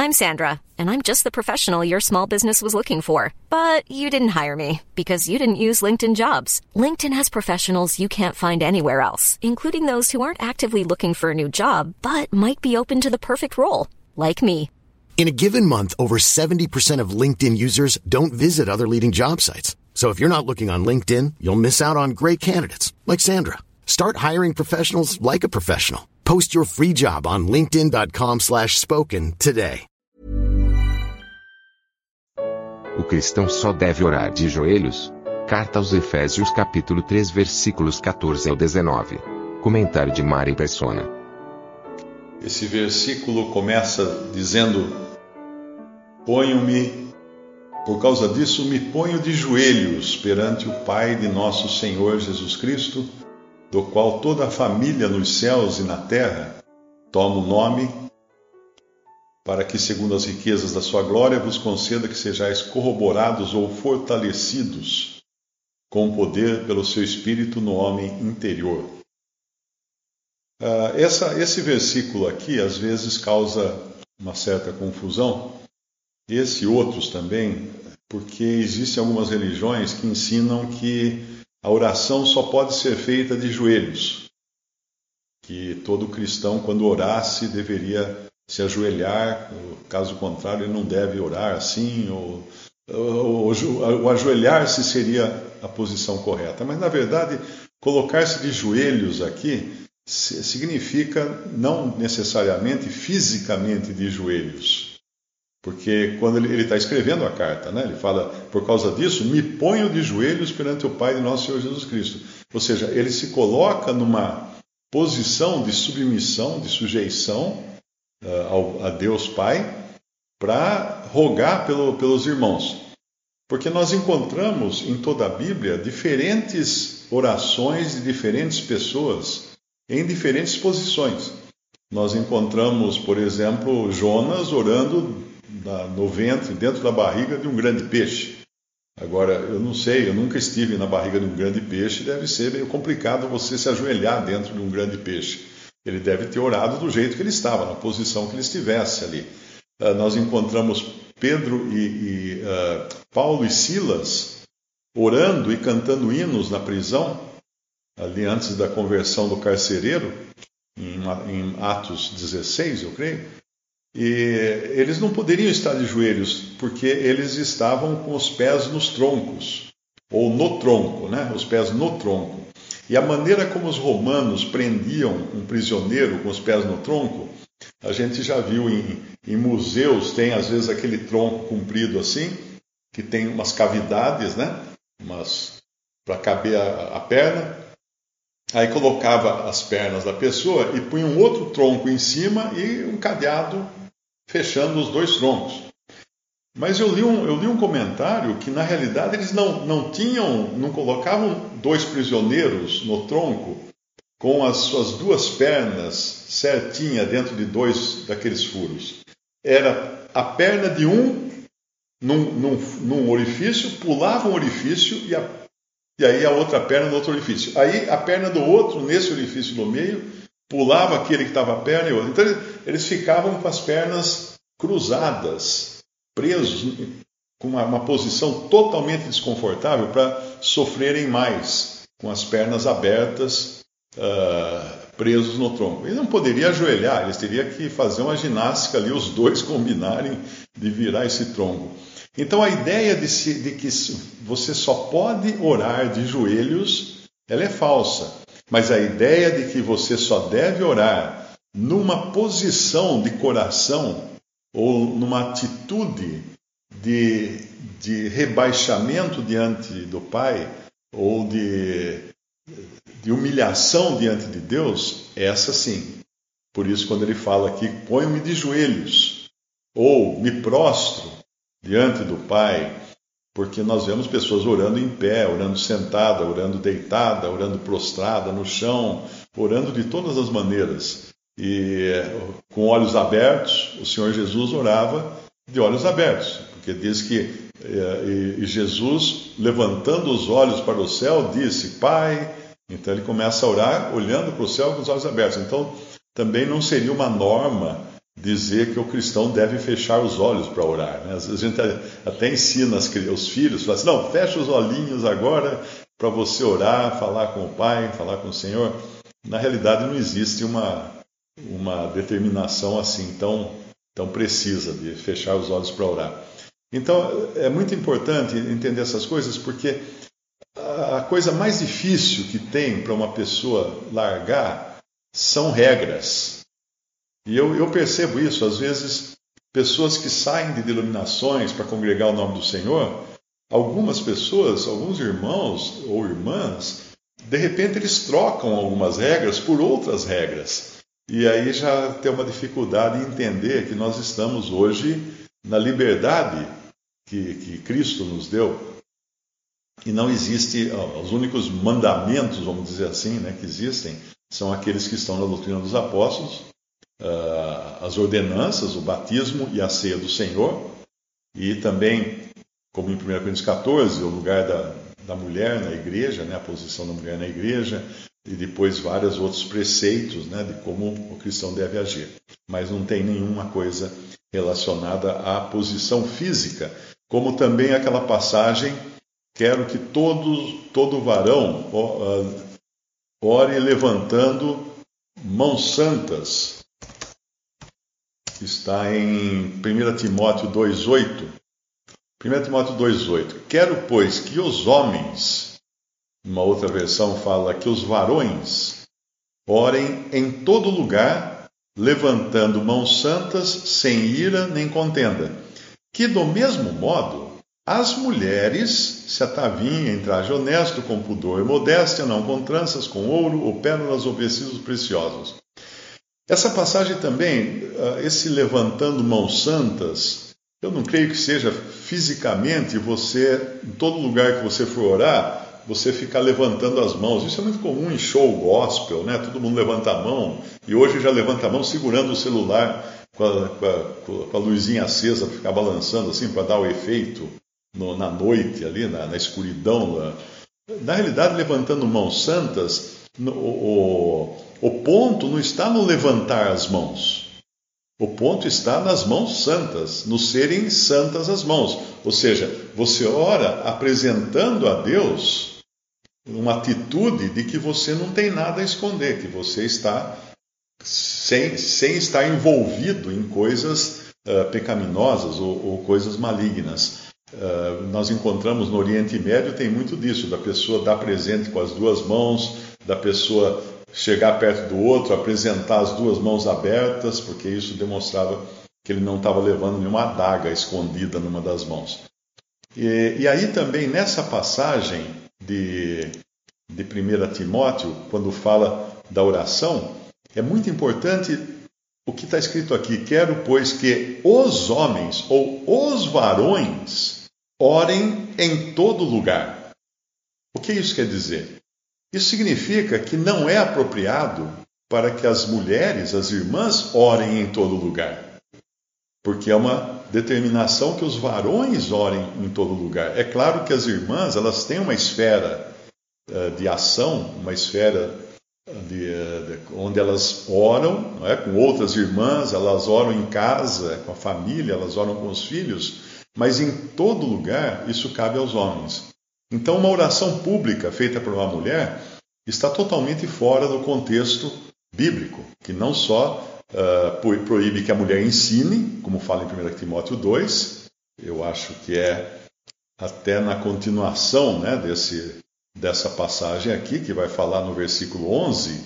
I'm Sandra, and I'm just the professional your small business was looking for. But you didn't hire me because you didn't use LinkedIn Jobs. LinkedIn has professionals you can't find anywhere else, including those who aren't actively looking for a new job, but might be open to the perfect role, like me. In a given month, over 70% of LinkedIn users don't visit other leading job sites. So if you're not looking on LinkedIn, you'll miss out on great candidates, like Sandra. Start hiring professionals like a professional. Post your free job on linkedin.com/spoken today. O cristão só deve orar de joelhos? Carta aos Efésios capítulo 3 versículos 14 ao 19. Comentário de Mari Persona. Esse versículo começa dizendo: por causa disso me ponho de joelhos perante o Pai de nosso Senhor Jesus Cristo, do qual toda a família nos céus e na terra toma o nome, para que, segundo as riquezas da sua glória, vos conceda que sejais corroborados ou fortalecidos com poder pelo seu Espírito no homem interior. Esse versículo aqui, às vezes, causa uma certa confusão. Esse e outros também, porque existem algumas religiões que ensinam que a oração só pode ser feita de joelhos. Que todo cristão, quando orasse, deveria se ajoelhar, caso contrário, ele não deve orar assim, ou o ajoelhar-se seria a posição correta. Mas, na verdade, colocar-se de joelhos aqui significa não necessariamente fisicamente de joelhos. Porque quando ele está escrevendo a carta, né, ele fala, por causa disso, me ponho de joelhos perante o Pai de nosso Senhor Jesus Cristo. Ou seja, ele se coloca numa posição de submissão, de sujeição a Deus Pai, para rogar pelos irmãos. Porque nós encontramos em toda a Bíblia diferentes orações de diferentes pessoas em diferentes posições. Nós encontramos, por exemplo, Jonas orando no ventre, dentro da barriga de um grande peixe. Agora, eu não sei, eu nunca estive na barriga de um grande peixe, deve ser meio complicado você se ajoelhar dentro de um grande peixe. Ele deve ter orado do jeito que ele estava, na posição que ele estivesse ali. Nós encontramos Pedro Paulo e Silas orando e cantando hinos na prisão, ali antes da conversão do carcereiro, em Atos 16, eu creio. E eles não poderiam estar de joelhos, porque eles estavam com os pés nos troncos, ou no tronco, né? Os pés no tronco. E a maneira como os romanos prendiam um prisioneiro com os pés no tronco, a gente já viu em museus, tem às vezes aquele tronco comprido assim, que tem umas cavidades, né? Para caber a perna. Aí colocava as pernas da pessoa e punha um outro tronco em cima e um cadeado fechando os dois troncos. Mas eu li um comentário que, na realidade, eles não colocavam dois prisioneiros no tronco com as suas duas pernas certinha dentro de dois daqueles furos. Era a perna de um num orifício, pulava um orifício e aí a outra perna no outro orifício. Aí a perna do outro, nesse orifício do meio, pulava aquele que estava a perna e outro. Então eles ficavam com as pernas cruzadas, presos, com uma posição totalmente desconfortável para sofrerem mais, com as pernas abertas, presos no tronco. Ele não poderia ajoelhar, eles teriam que fazer uma ginástica ali, os dois combinarem de virar esse tronco. Então a ideia de que você só pode orar de joelhos, ela é falsa. Mas a ideia de que você só deve orar numa posição de coração ou numa atitude de rebaixamento diante do Pai ou de humilhação diante de Deus, essa sim. Por isso, quando ele fala aqui, ponho-me de joelhos ou me prostro diante do Pai, porque nós vemos pessoas orando em pé, orando sentada, orando deitada, orando prostrada no chão, orando de todas as maneiras. E com olhos abertos, o Senhor Jesus orava de olhos abertos, porque diz que e Jesus, levantando os olhos para o céu, disse, Pai. Então ele começa a orar olhando para o céu com os olhos abertos. Então também não seria uma norma dizer que o cristão deve fechar os olhos para orar, né? Às vezes a gente até ensina os filhos, fala assim, não, fecha os olhinhos agora para você orar, falar com o Pai, falar com o Senhor. Na realidade não existe uma determinação assim tão precisa de fechar os olhos para orar. Então é muito importante entender essas coisas, porque a coisa mais difícil que tem para uma pessoa largar são regras. E eu percebo isso, às vezes, pessoas que saem de denominações para congregar o nome do Senhor, algumas pessoas, alguns irmãos ou irmãs, de repente eles trocam algumas regras por outras regras. E aí já tem uma dificuldade em entender que nós estamos hoje na liberdade que Cristo nos deu. E não existe, os únicos mandamentos, vamos dizer assim, né, que existem, são aqueles que estão na doutrina dos apóstolos, as ordenanças, o batismo e a ceia do Senhor, e também, como em 1 Coríntios 14, o lugar da mulher na igreja, né, a posição da mulher na igreja, e depois vários outros preceitos, né, de como o cristão deve agir. Mas não tem nenhuma coisa relacionada à posição física, como também aquela passagem, quero que todo varão ore levantando mãos santas. Está em 1 Timóteo 2,8. 1 Timóteo 2,8. Quero, pois, que os homens, uma outra versão fala que os varões, orem em todo lugar, levantando mãos santas, sem ira nem contenda. Que, do mesmo modo, as mulheres se ataviem em traje honesto, com pudor e modéstia, não com tranças, com ouro ou pérolas ou vestidos preciosos. Essa passagem também, esse levantando mãos santas, eu não creio que seja fisicamente você, em todo lugar que você for orar, você ficar levantando as mãos. Isso é muito comum em show gospel, né? Todo mundo levanta a mão, e hoje já levanta a mão segurando o celular com a luzinha acesa para ficar balançando assim, para dar o efeito na noite, ali na escuridão. Na realidade, levantando mãos santas, o ponto não está no levantar as mãos. O ponto está nas mãos santas, no serem santas as mãos. Ou seja, você ora apresentando a Deus uma atitude de que você não tem nada a esconder, que você está sem estar envolvido em coisas pecaminosas ou coisas malignas. Nós encontramos no Oriente Médio, tem muito disso, da pessoa dar presente com as duas mãos, da pessoa chegar perto do outro, apresentar as duas mãos abertas, porque isso demonstrava que ele não estava levando nenhuma adaga escondida numa das mãos. E aí também nessa passagem de 1 Timóteo, quando fala da oração, é muito importante o que está escrito aqui. Quero, pois, que os homens ou os varões orem em todo lugar. O que isso quer dizer? Isso significa que não é apropriado para que as mulheres, as irmãs, orem em todo lugar. Porque é uma determinação que os varões orem em todo lugar. É claro que as irmãs, elas têm uma esfera de ação, uma esfera onde elas oram, não é? Com outras irmãs, elas oram em casa, com a família, elas oram com os filhos, mas em todo lugar isso cabe aos homens. Então, uma oração pública feita por uma mulher está totalmente fora do contexto bíblico, que não só proíbe que a mulher ensine, como fala em 1 Timóteo 2, eu acho que é até na continuação, né, dessa passagem aqui, que vai falar no versículo 11,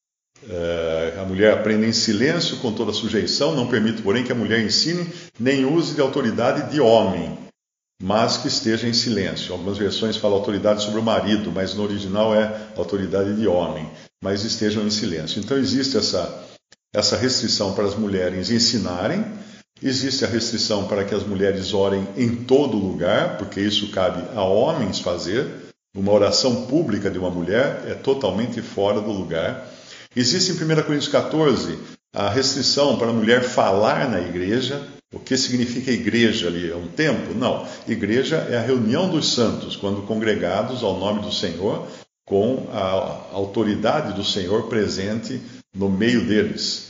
a mulher aprende em silêncio com toda sujeição, não permite, porém, que a mulher ensine, nem use de autoridade de homem, mas que esteja em silêncio. Algumas versões falam autoridade sobre o marido, mas no original é autoridade de homem, mas estejam em silêncio. Então existe essa restrição para as mulheres ensinarem, existe a restrição para que as mulheres orem em todo lugar, porque isso cabe a homens fazer. Uma oração pública de uma mulher é totalmente fora do lugar. Existe em 1 Coríntios 14 a restrição para a mulher falar na igreja. O que significa igreja ali? É um templo? Não. Igreja é a reunião dos santos, quando congregados ao nome do Senhor, com a autoridade do Senhor presente no meio deles.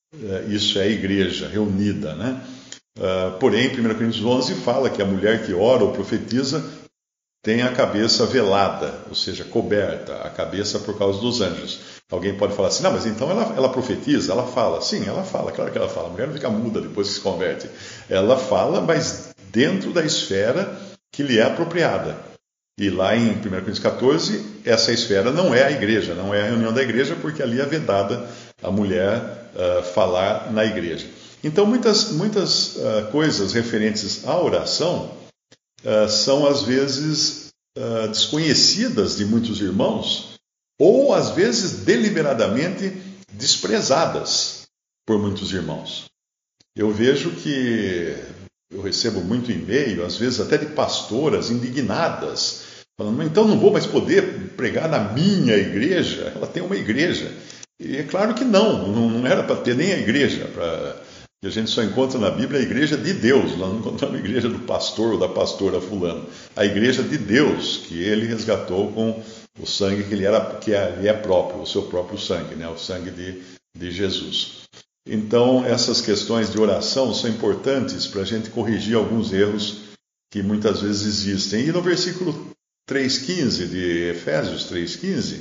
isso é a igreja reunida, né? Porém, 1 Coríntios 11 fala que a mulher que ora ou profetiza tem a cabeça velada, ou seja, coberta, a cabeça por causa dos anjos. Alguém pode falar assim, não, mas então ela profetiza, ela fala. Sim, ela fala, claro que ela fala. A mulher não fica muda depois que se converte. Ela fala, mas dentro da esfera que lhe é apropriada. E lá em 1 Coríntios 14, essa esfera não é a igreja, não é a reunião da igreja, porque ali é vedada a mulher falar na igreja. Então, muitas coisas referentes à oração são, às vezes, desconhecidas de muitos irmãos, ou, às vezes, deliberadamente desprezadas por muitos irmãos. Eu vejo que eu recebo muito e-mail, às vezes até de pastoras indignadas, falando, então não vou mais poder pregar na minha igreja, ela tem uma igreja. E é claro que não era para ter nem a igreja, que a gente só encontra na Bíblia a igreja de Deus, nós não encontramos a igreja do pastor ou da pastora fulano, a igreja de Deus, que ele resgatou com o sangue que lhe é próprio, o seu próprio sangue, né? O sangue de Jesus. Então, essas questões de oração são importantes para a gente corrigir alguns erros que muitas vezes existem. E no versículo 3,15 de Efésios 3,15,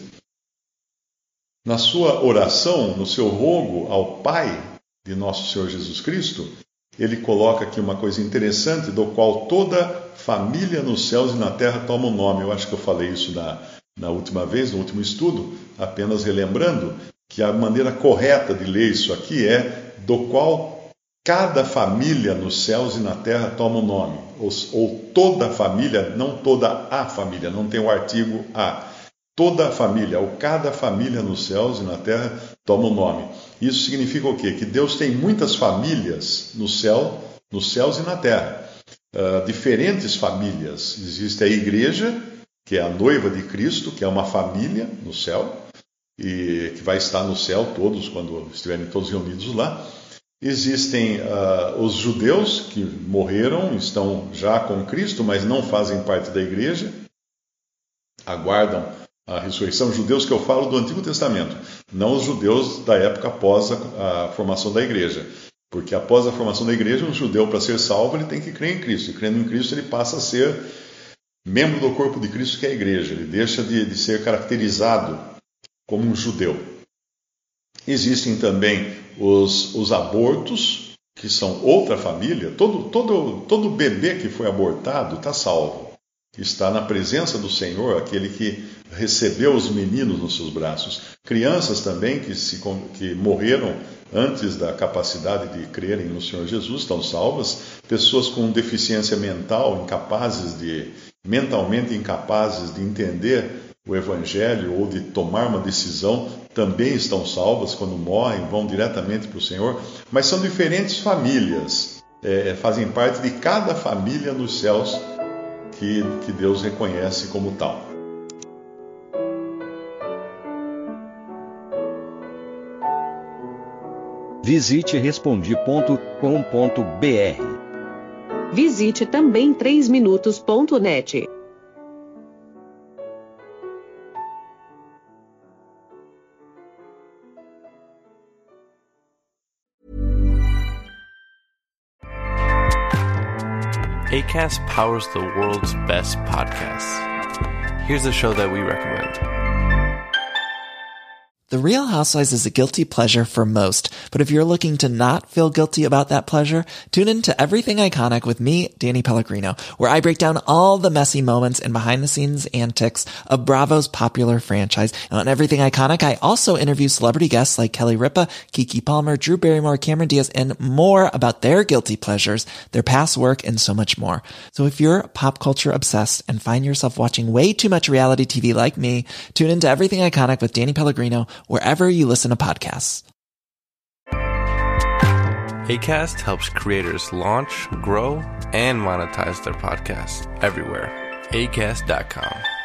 na sua oração, no seu rogo ao Pai de nosso Senhor Jesus Cristo, ele coloca aqui uma coisa interessante, do qual toda família nos céus e na terra toma o nome. Eu acho que eu falei isso na última vez, no último estudo, apenas relembrando que a maneira correta de ler isso aqui é do qual cada família nos céus e na terra toma o nome. Ou toda família, não toda a família, não tem o artigo a. Toda a família, ou cada família nos céus e na terra toma o nome. Isso significa o quê? Que Deus tem muitas famílias nos céus e na terra. Diferentes famílias. Existe a igreja, que é a noiva de Cristo, que é uma família no céu, e que vai estar no céu todos, quando estiverem todos reunidos lá. Existem os judeus que morreram, estão já com Cristo, mas não fazem parte da igreja, aguardam a ressurreição. Judeus que eu falo do Antigo Testamento, não os judeus da época após a formação da igreja. Porque após a formação da igreja, um judeu, para ser salvo, ele tem que crer em Cristo. E crendo em Cristo, ele passa a ser membro do corpo de Cristo, que é a igreja. Ele deixa de ser caracterizado como um judeu. Existem também os abortos, que são outra família. Todo bebê que foi abortado está salvo. Está na presença do Senhor, aquele que recebeu os meninos nos seus braços. Crianças também que morreram antes da capacidade de crerem no Senhor Jesus estão salvas. Pessoas com deficiência mental, mentalmente incapazes de entender o Evangelho ou de tomar uma decisão, também estão salvas. Quando morrem, vão diretamente para o Senhor. Mas são diferentes famílias, fazem parte de cada família nos céus que Deus reconhece como tal. Visite Respondi.com.br. Visite também 3minutos.net. Acast powers the world's best podcasts. Here's a show that we recommend. The Real Housewives is a guilty pleasure for most, but if you're looking to not feel guilty about that pleasure, tune in to Everything Iconic with me, Danny Pellegrino, where I break down all the messy moments and behind-the-scenes antics of Bravo's popular franchise. And on Everything Iconic, I also interview celebrity guests like Kelly Ripa, Keke Palmer, Drew Barrymore, Cameron Diaz, and more about their guilty pleasures, their past work, and so much more. So if you're pop culture obsessed and find yourself watching way too much reality TV like me, tune into Everything Iconic with Danny Pellegrino, wherever you listen to podcasts. Acast helps creators launch, grow, and monetize their podcasts everywhere. Acast.com.